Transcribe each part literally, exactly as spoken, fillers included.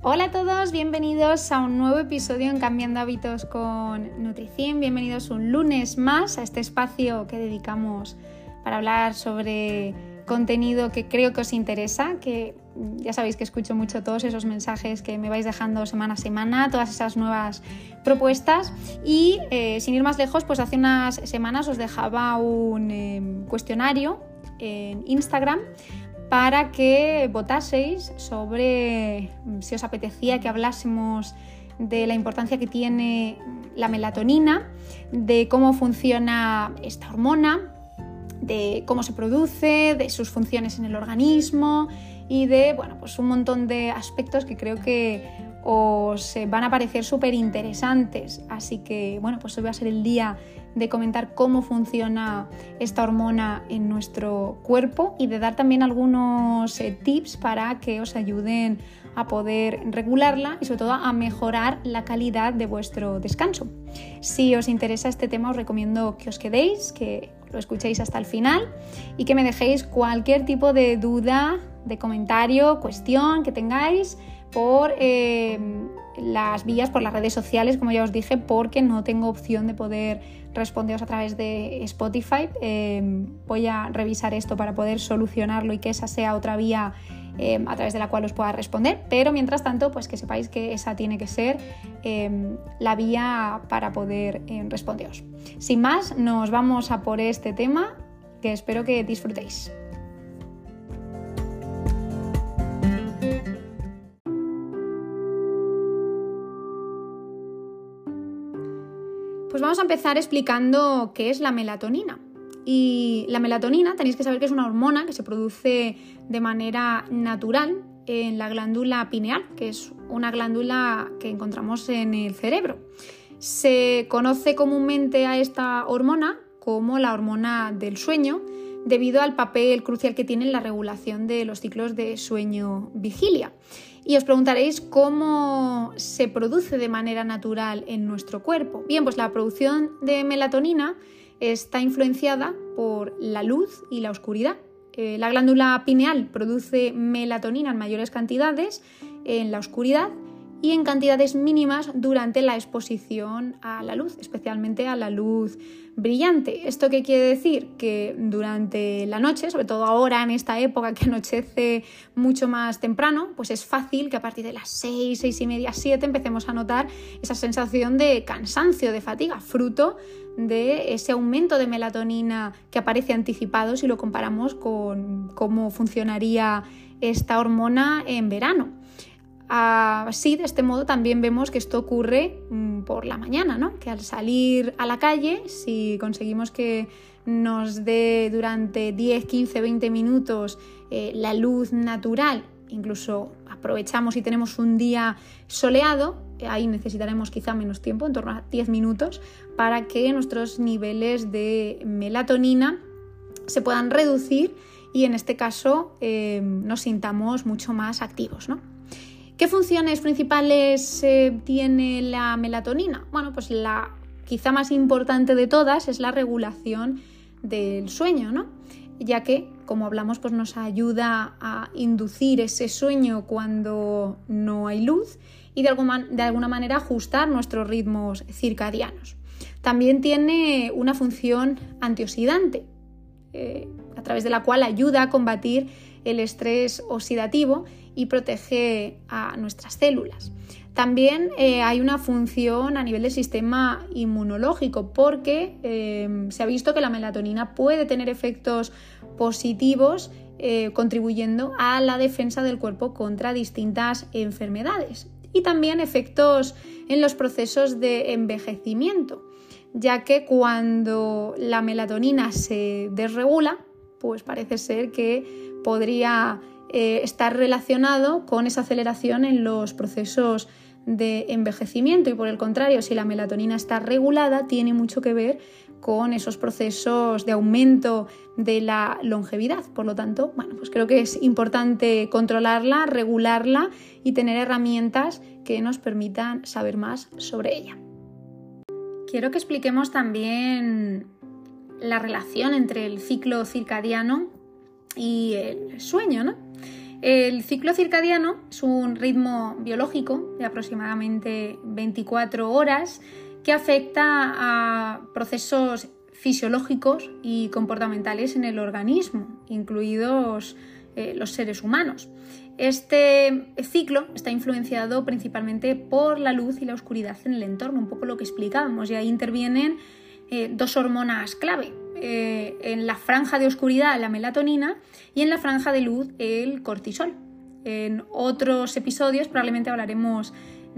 Hola a todos, bienvenidos a un nuevo episodio en Cambiando Hábitos con Nutricin. Bienvenidos un lunes más a este espacio que dedicamos para hablar sobre contenido que creo que os interesa, que ya sabéis que escucho mucho todos esos mensajes que me vais dejando semana a semana, todas esas nuevas propuestas y eh, sin ir más lejos, pues hace unas semanas os dejaba un eh, cuestionario en Instagram para que votaseis sobre si os apetecía que hablásemos de la importancia que tiene la melatonina, de cómo funciona esta hormona, de cómo se produce, de sus funciones en el organismo y de bueno, pues un montón de aspectos que creo que os van a parecer súper interesantes. Así que bueno, pues hoy va a ser el día de comentar cómo funciona esta hormona en nuestro cuerpo y de dar también algunos eh, tips para que os ayuden a poder regularla y sobre todo a mejorar la calidad de vuestro descanso. Si os interesa este tema os recomiendo que os quedéis, que lo escuchéis hasta el final y que me dejéis cualquier tipo de duda, de comentario, cuestión que tengáis por eh, las vías, por las redes sociales, como ya os dije, porque no tengo opción de poder responderos a través de Spotify. Eh, voy a revisar esto para poder solucionarlo y que esa sea otra vía eh, a través de la cual os pueda responder, pero mientras tanto, pues que sepáis que esa tiene que ser eh, la vía para poder eh, responderos. Sin más, nos vamos a por este tema que espero que disfrutéis. Pues vamos a empezar explicando qué es la melatonina. Y la melatonina tenéis que saber que es una hormona que se produce de manera natural en la glándula pineal, que es una glándula que encontramos en el cerebro. Se conoce comúnmente a esta hormona como la hormona del sueño, debido al papel crucial que tiene en la regulación de los ciclos de sueño-vigilia. Y os preguntaréis cómo se produce de manera natural en nuestro cuerpo. Bien, pues la producción de melatonina está influenciada por la luz y la oscuridad. Eh, la glándula pineal produce melatonina en mayores cantidades en la oscuridad y en cantidades mínimas durante la exposición a la luz, especialmente a la luz brillante. ¿Esto qué quiere decir? Que durante la noche, sobre todo ahora en esta época que anochece mucho más temprano, pues es fácil que a partir de las seis, seis y media, siete empecemos a notar esa sensación de cansancio, de fatiga, fruto de ese aumento de melatonina que aparece anticipado si lo comparamos con cómo funcionaría esta hormona en verano. Así, de este modo, también vemos que esto ocurre por la mañana, ¿no? Que al salir a la calle, si conseguimos que nos dé durante diez, quince, veinte minutos eh, la luz natural, incluso aprovechamos y tenemos un día soleado, ahí necesitaremos quizá menos tiempo, en torno a diez minutos, para que nuestros niveles de melatonina se puedan reducir y en este caso eh, nos sintamos mucho más activos, ¿no? ¿Qué funciones principales eh, tiene la melatonina? Bueno, pues la quizá más importante de todas es la regulación del sueño, ¿no? Ya que, como hablamos, pues nos ayuda a inducir ese sueño cuando no hay luz y de alguna, de alguna manera ajustar nuestros ritmos circadianos. También tiene una función antioxidante, eh, a través de la cual ayuda a combatir el estrés oxidativo y protege a nuestras células. También eh, hay una función a nivel del sistema inmunológico porque eh, se ha visto que la melatonina puede tener efectos positivos eh, contribuyendo a la defensa del cuerpo contra distintas enfermedades y también efectos en los procesos de envejecimiento, ya que cuando la melatonina se desregula, pues parece ser que podría eh, estar relacionado con esa aceleración en los procesos de envejecimiento y por el contrario, si la melatonina está regulada, tiene mucho que ver con esos procesos de aumento de la longevidad. Por lo tanto, bueno, pues creo que es importante controlarla, regularla y tener herramientas que nos permitan saber más sobre ella. Quiero que expliquemos también la relación entre el ciclo circadiano y el sueño, ¿no? El ciclo circadiano es un ritmo biológico de aproximadamente veinticuatro horas que afecta a procesos fisiológicos y comportamentales en el organismo, incluidos eh, los seres humanos. Este ciclo está influenciado principalmente por la luz y la oscuridad en el entorno, un poco lo que explicábamos, y ahí intervienen eh, dos hormonas clave. Eh, en la franja de oscuridad la melatonina y en la franja de luz el cortisol. En otros episodios probablemente hablaremos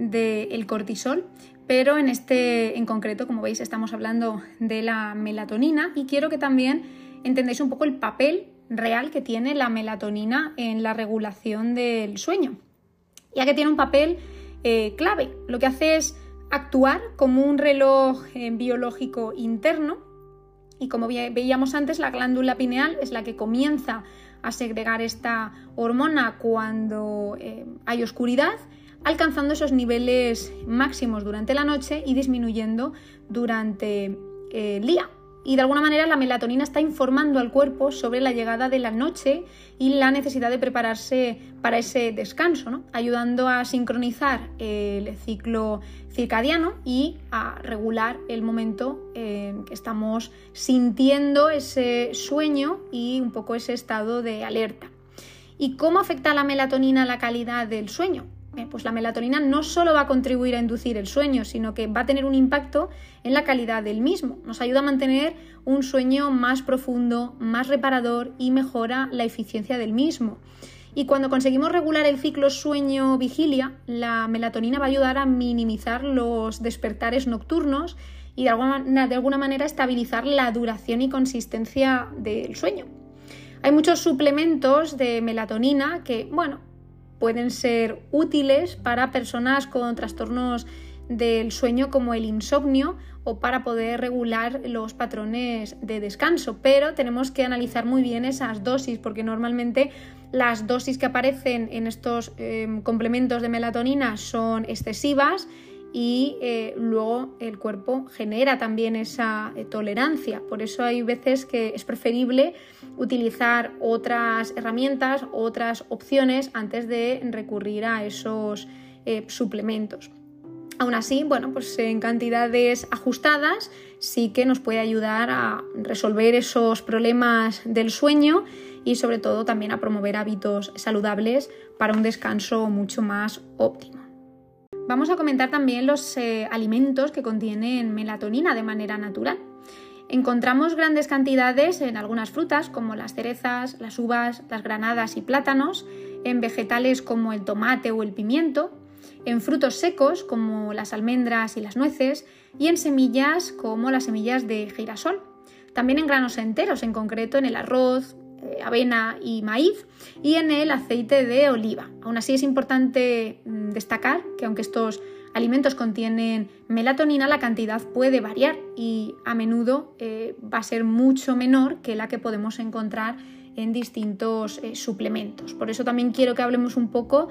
del cortisol, pero en este en concreto, como veis, estamos hablando de la melatonina y quiero que también entendáis un poco el papel real que tiene la melatonina en la regulación del sueño, ya que tiene un papel eh, clave. Lo que hace es actuar como un reloj eh, biológico interno. Y como veíamos antes, la glándula pineal es la que comienza a segregar esta hormona cuando eh, hay oscuridad, alcanzando esos niveles máximos durante la noche y disminuyendo durante eh, el día. Y de alguna manera la melatonina está informando al cuerpo sobre la llegada de la noche y la necesidad de prepararse para ese descanso, ¿no? Ayudando a sincronizar el ciclo circadiano y a regular el momento en que estamos sintiendo ese sueño y un poco ese estado de alerta. ¿Y cómo afecta la melatonina a la calidad del sueño? Pues la melatonina no solo va a contribuir a inducir el sueño, sino que va a tener un impacto en la calidad del mismo. Nos ayuda a mantener un sueño más profundo, más reparador y mejora la eficiencia del mismo. Y cuando conseguimos regular el ciclo sueño-vigilia, la melatonina va a ayudar a minimizar los despertares nocturnos y de alguna, de alguna manera estabilizar la duración y consistencia del sueño. Hay muchos suplementos de melatonina que, bueno, pueden ser útiles para personas con trastornos del sueño como el insomnio o para poder regular los patrones de descanso, pero tenemos que analizar muy bien esas dosis porque normalmente las dosis que aparecen en estos eh, complementos de melatonina son excesivas y eh, luego el cuerpo genera también esa eh, tolerancia. Por eso hay veces que es preferible utilizar otras herramientas, otras opciones antes de recurrir a esos eh, suplementos. Aún así, bueno, pues en cantidades ajustadas sí que nos puede ayudar a resolver esos problemas del sueño y sobre todo también a promover hábitos saludables para un descanso mucho más óptimo. Vamos a comentar también los eh, alimentos que contienen melatonina de manera natural. Encontramos grandes cantidades en algunas frutas como las cerezas, las uvas, las granadas y plátanos, en vegetales como el tomate o el pimiento, en frutos secos como las almendras y las nueces y en semillas como las semillas de girasol. También en granos enteros, en concreto en el arroz, eh, avena y maíz y en el aceite de oliva. Aún así es importante mm, destacar que aunque estos alimentos contienen melatonina, la cantidad puede variar y a menudo eh, va a ser mucho menor que la que podemos encontrar en distintos eh, suplementos. Por eso también quiero que hablemos un poco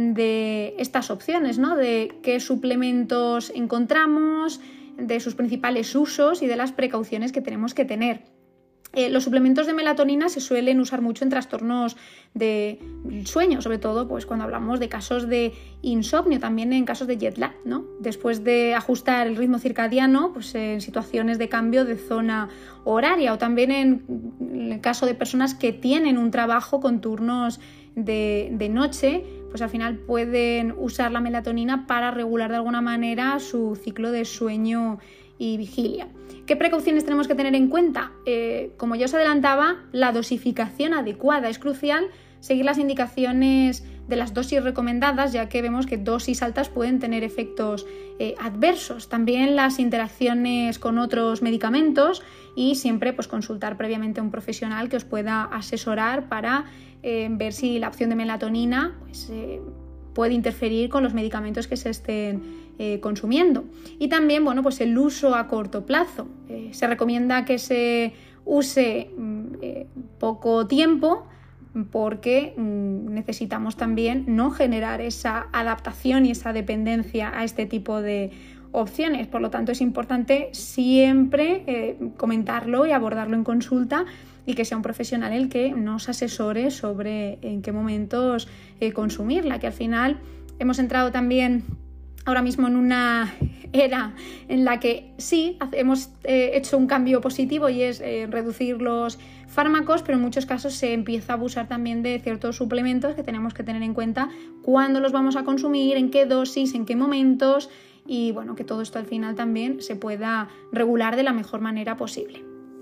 de estas opciones, ¿no? De qué suplementos encontramos, de sus principales usos y de las precauciones que tenemos que tener. Eh, los suplementos de melatonina se suelen usar mucho en trastornos de sueño, sobre todo pues, cuando hablamos de casos de insomnio, también en casos de jet lag, ¿no? Después de ajustar el ritmo circadiano, pues en situaciones de cambio de zona horaria o también en, en el caso de personas que tienen un trabajo con turnos de, de noche, pues al final pueden usar la melatonina para regular de alguna manera su ciclo de sueño y vigilia. ¿Qué precauciones tenemos que tener en cuenta? Eh, como ya os adelantaba, la dosificación adecuada es crucial, seguir las indicaciones de las dosis recomendadas, ya que vemos que dosis altas pueden tener efectos eh, adversos. También las interacciones con otros medicamentos y siempre pues, consultar previamente a un profesional que os pueda asesorar para eh, ver si la opción de melatonina pues, eh, puede interferir con los medicamentos que se estén eh, consumiendo. Y también, bueno, pues el uso a corto plazo. Eh, se recomienda que se use eh, poco tiempo porque mm, necesitamos también no generar esa adaptación y esa dependencia a este tipo de opciones. Por lo tanto, es importante siempre eh, comentarlo y abordarlo en consulta y que sea un profesional el que nos asesore sobre en qué momentos eh, consumirla, que al final hemos entrado también ahora mismo en una era en la que sí, hemos eh, hecho un cambio positivo y es eh, reducir los fármacos, pero en muchos casos se empieza a abusar también de ciertos suplementos que tenemos que tener en cuenta cuándo los vamos a consumir, en qué dosis, en qué momentos, y bueno, que todo esto al final también se pueda regular de la mejor manera posible.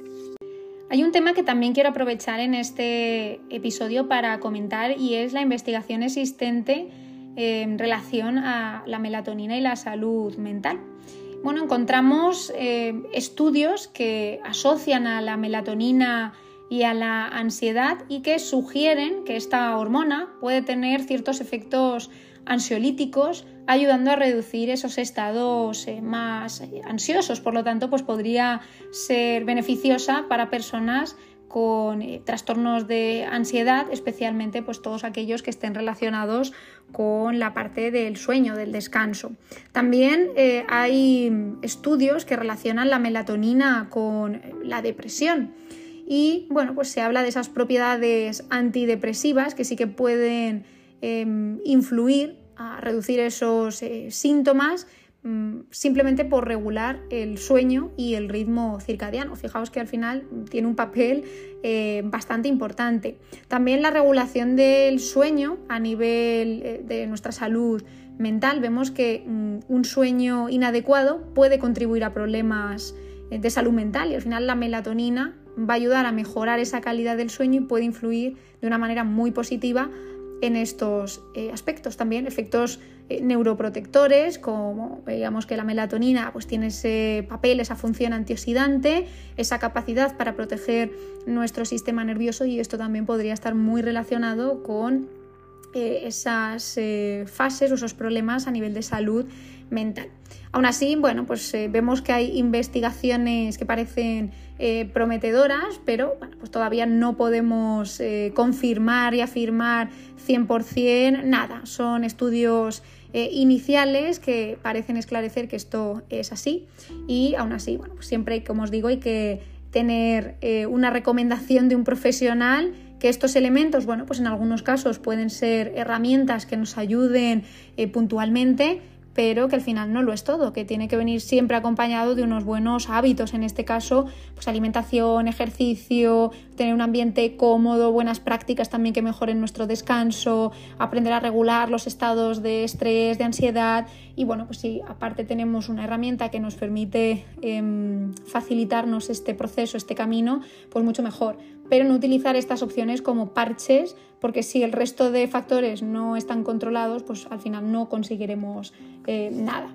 Hay un tema que también quiero aprovechar en este episodio para comentar y es la investigación existente en relación a la melatonina y la salud mental. Bueno, encontramos eh, estudios que asocian a la melatonina y a la ansiedad y que sugieren que esta hormona puede tener ciertos efectos ansiolíticos, ayudando a reducir esos estados eh, más ansiosos. Por lo tanto, pues podría ser beneficiosa para personas con eh, trastornos de ansiedad, especialmente pues todos aquellos que estén relacionados con la parte del sueño, del descanso. También eh, hay estudios que relacionan la melatonina con la depresión y bueno, pues se habla de esas propiedades antidepresivas que sí que pueden eh, influir a reducir esos eh, síntomas simplemente por regular el sueño y el ritmo circadiano. Fijaos que al final tiene un papel eh, bastante importante. También la regulación del sueño a nivel eh, de nuestra salud mental. Vemos que mm, un sueño inadecuado puede contribuir a problemas eh, de salud mental y al final la melatonina va a ayudar a mejorar esa calidad del sueño y puede influir de una manera muy positiva en estos eh, aspectos. También efectos eh, neuroprotectores, como veíamos que la melatonina pues, tiene ese papel, esa función antioxidante, esa capacidad para proteger nuestro sistema nervioso, y esto también podría estar muy relacionado con eh, esas eh, fases o esos problemas a nivel de salud mental. Aún así, bueno, pues eh, vemos que hay investigaciones que parecen eh, prometedoras, pero bueno, pues todavía no podemos eh, confirmar y afirmar cien por ciento nada. Son estudios eh, iniciales que parecen esclarecer que esto es así, y aún así, bueno, pues siempre, como os digo, hay que tener eh, una recomendación de un profesional, que estos elementos, bueno, pues en algunos casos pueden ser herramientas que nos ayuden eh, puntualmente, pero que al final no lo es todo, que tiene que venir siempre acompañado de unos buenos hábitos, en este caso pues alimentación, ejercicio, tener un ambiente cómodo, buenas prácticas también que mejoren nuestro descanso, aprender a regular los estados de estrés, de ansiedad, y bueno, pues si aparte tenemos una herramienta que nos permite eh, facilitarnos este proceso, este camino, pues mucho mejor. Pero no utilizar estas opciones como parches, porque si el resto de factores no están controlados, pues al final no conseguiremos eh, nada.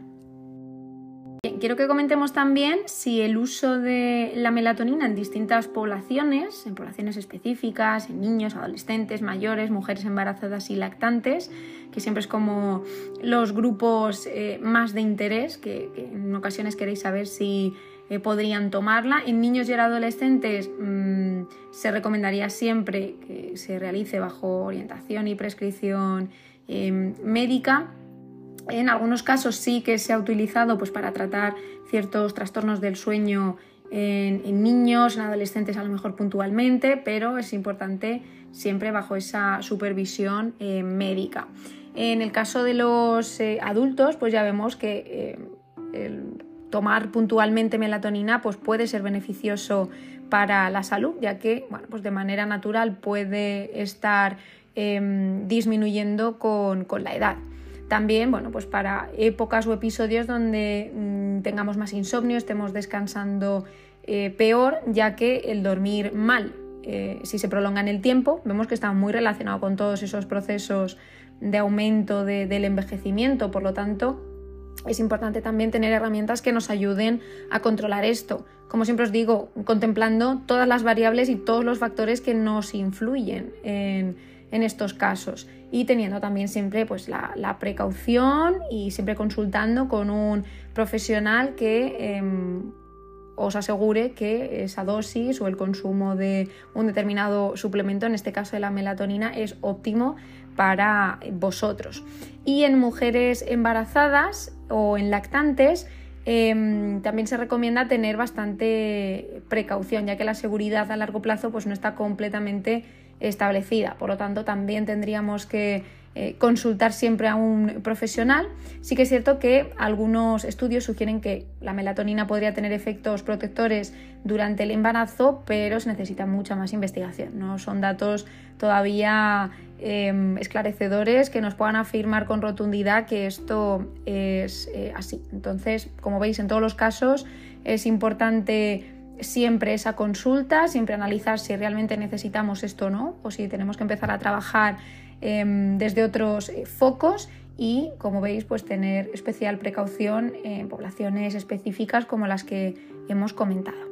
Bien, quiero que comentemos también si el uso de la melatonina en distintas poblaciones, en poblaciones específicas, en niños, adolescentes, mayores, mujeres embarazadas y lactantes, que siempre es como los grupos eh, más de interés, que, que en ocasiones queréis saber si Eh, podrían tomarla. En niños y adolescentes mmm, se recomendaría siempre que se realice bajo orientación y prescripción eh, médica. En algunos casos sí que se ha utilizado pues, para tratar ciertos trastornos del sueño en, en niños, en adolescentes a lo mejor puntualmente, pero es importante siempre bajo esa supervisión eh, médica. En el caso de los eh, adultos, pues ya vemos que eh, el tomar puntualmente melatonina pues puede ser beneficioso para la salud, ya que bueno, pues de manera natural puede estar eh, disminuyendo con, con la edad. También bueno, pues para épocas o episodios donde mmm, tengamos más insomnio, estemos descansando eh, peor, ya que el dormir mal, eh, si se prolonga en el tiempo, vemos que está muy relacionado con todos esos procesos de aumento de, del envejecimiento. Por lo tanto, es importante también tener herramientas que nos ayuden a controlar esto. Como siempre os digo, contemplando todas las variables y todos los factores que nos influyen en, en estos casos, y teniendo también siempre pues, la, la precaución y siempre consultando con un profesional que eh, os asegure que esa dosis o el consumo de un determinado suplemento, en este caso de la melatonina, es óptimo para vosotros. Y en mujeres embarazadas o en lactantes, Eh, también se recomienda tener bastante precaución, ya que la seguridad a largo plazo pues, no está completamente establecida. Por lo tanto, también tendríamos que eh, consultar siempre a un profesional. Sí que es cierto que algunos estudios sugieren que la melatonina podría tener efectos protectores durante el embarazo, pero se necesita mucha más investigación. No son datos todavía eh, esclarecedores que nos puedan afirmar con rotundidad que esto es eh, así. Entonces, como veis, en todos los casos es importante siempre esa consulta, siempre analizar si realmente necesitamos esto o no, o si tenemos que empezar a trabajar eh, desde otros eh, focos y, como veis, pues tener especial precaución en poblaciones específicas como las que hemos comentado.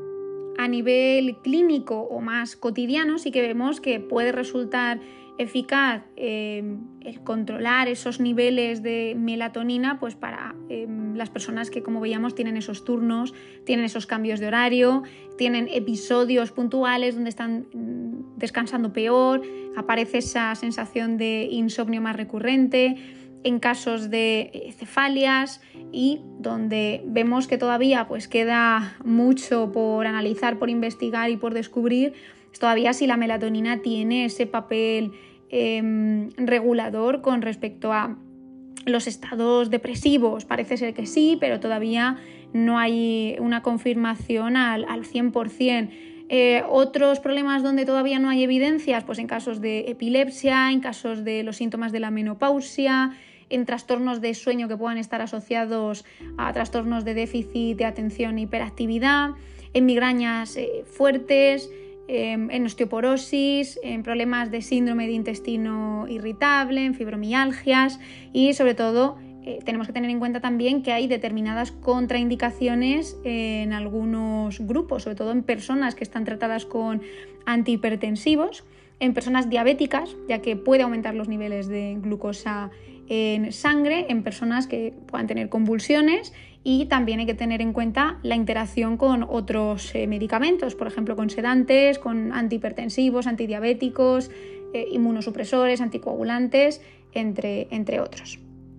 A nivel clínico o más cotidiano sí que vemos que puede resultar eficaz eh, el controlar esos niveles de melatonina pues para eh, las personas que, como veíamos, tienen esos turnos, tienen esos cambios de horario, tienen episodios puntuales donde están descansando peor, aparece esa sensación de insomnio más recurrente, en casos de cefalias y donde vemos que todavía pues, queda mucho por analizar, por investigar y por descubrir, todavía si la melatonina tiene ese papel eh, regulador con respecto a los estados depresivos. Parece ser que sí, pero todavía no hay una confirmación al, al cien por ciento. Eh, otros problemas donde todavía no hay evidencias, pues en casos de epilepsia, en casos de los síntomas de la menopausia, en trastornos de sueño que puedan estar asociados a trastornos de déficit de atención e hiperactividad, en migrañas eh, fuertes, eh, en osteoporosis, en problemas de síndrome de intestino irritable, en fibromialgias y sobre todo eh, tenemos que tener en cuenta también que hay determinadas contraindicaciones en algunos grupos, sobre todo en personas que están tratadas con antihipertensivos, en personas diabéticas, ya que puede aumentar los niveles de glucosa en sangre, en personas que puedan tener convulsiones y también hay que tener en cuenta la interacción con otros eh, medicamentos, por ejemplo con sedantes, con antihipertensivos, antidiabéticos, eh, inmunosupresores, anticoagulantes, entre, entre otros.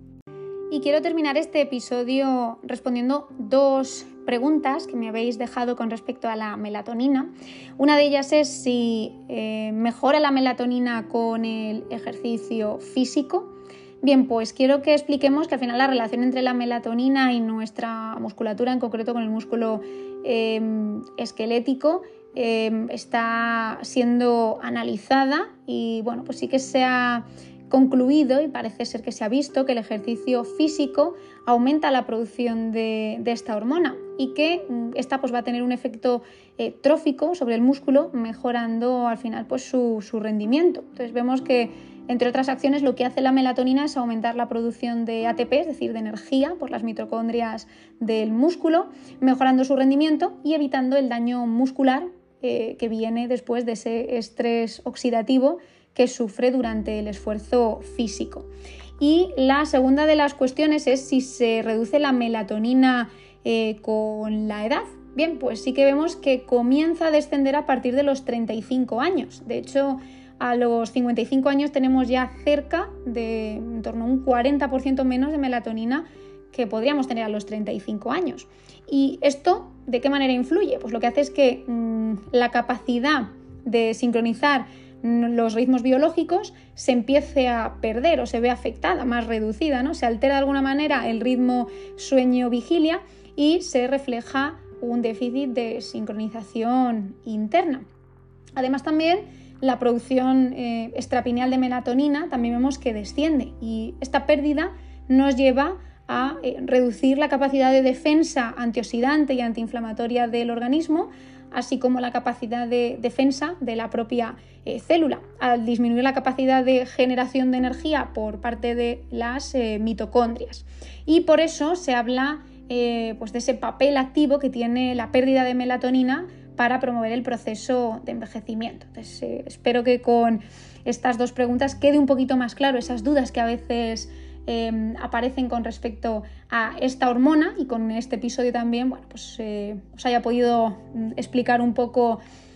Y quiero terminar este episodio respondiendo dos preguntas que me habéis dejado con respecto a la melatonina. Una de ellas es si eh, mejora la melatonina con el ejercicio físico. Bien, pues quiero que expliquemos que al final la relación entre la melatonina y nuestra musculatura, en concreto con el músculo eh, esquelético, eh, está siendo analizada y bueno, pues sí que se ha concluido y parece ser que se ha visto que el ejercicio físico aumenta la producción de, de esta hormona y que esta pues, va a tener un efecto eh, trófico sobre el músculo, mejorando al final pues, su, su rendimiento. Entonces vemos que, entre otras acciones, lo que hace la melatonina es aumentar la producción de A T P, es decir, de energía por las mitocondrias del músculo, mejorando su rendimiento y evitando el daño muscular eh, que viene después de ese estrés oxidativo que sufre durante el esfuerzo físico. Y la segunda de las cuestiones es si se reduce la melatonina eh, con la edad. Bien, pues sí que vemos que comienza a descender a partir de los treinta y cinco años. De hecho, a los cincuenta y cinco años tenemos ya cerca de en torno a un cuarenta por ciento menos de melatonina que podríamos tener a los treinta y cinco años. ¿Y esto de qué manera influye? Pues lo que hace es que mmm, la capacidad de sincronizar los ritmos biológicos se empiece a perder o se ve afectada, más reducida, ¿no? Se altera de alguna manera el ritmo sueño-vigilia y se refleja un déficit de sincronización interna. Además también la producción eh, extrapineal de melatonina también vemos que desciende y esta pérdida nos lleva a eh, reducir la capacidad de defensa antioxidante y antiinflamatoria del organismo, así como la capacidad de defensa de la propia eh, célula, al disminuir la capacidad de generación de energía por parte de las eh, mitocondrias. Y por eso se habla eh, pues de ese papel activo que tiene la pérdida de melatonina para promover el proceso de envejecimiento. Entonces, eh, espero que con estas dos preguntas quede un poquito más claro esas dudas que a veces Eh, aparecen con respecto a esta hormona y con este episodio también, bueno, pues eh, os haya podido explicar un poco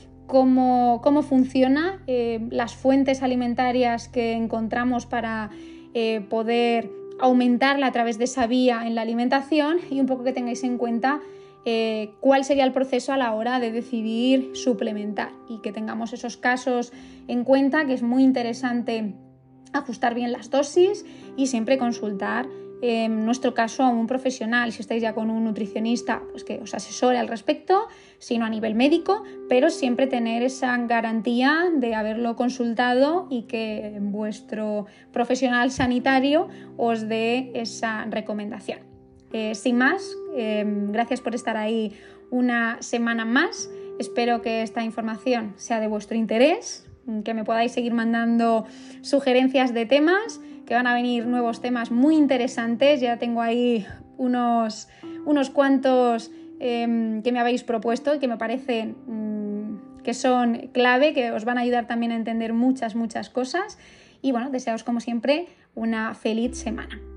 cómo, cómo funciona, eh, las fuentes alimentarias que encontramos para eh, poder aumentarla a través de esa vía en la alimentación y un poco que tengáis en cuenta eh, cuál sería el proceso a la hora de decidir suplementar y que tengamos esos casos en cuenta, que es muy interesante ajustar bien las dosis y siempre consultar en nuestro caso a un profesional, si estáis ya con un nutricionista, pues que os asesore al respecto, sino a nivel médico, pero siempre tener esa garantía de haberlo consultado y que vuestro profesional sanitario os dé esa recomendación. Eh, sin más, eh, gracias por estar ahí una semana más. Espero que esta información sea de vuestro interés, que me podáis seguir mandando sugerencias de temas, que van a venir nuevos temas muy interesantes. Ya tengo ahí unos, unos cuantos eh, que me habéis propuesto y que me parecen mmm, que son clave, que os van a ayudar también a entender muchas, muchas cosas. Y bueno, deseaos como siempre una feliz semana.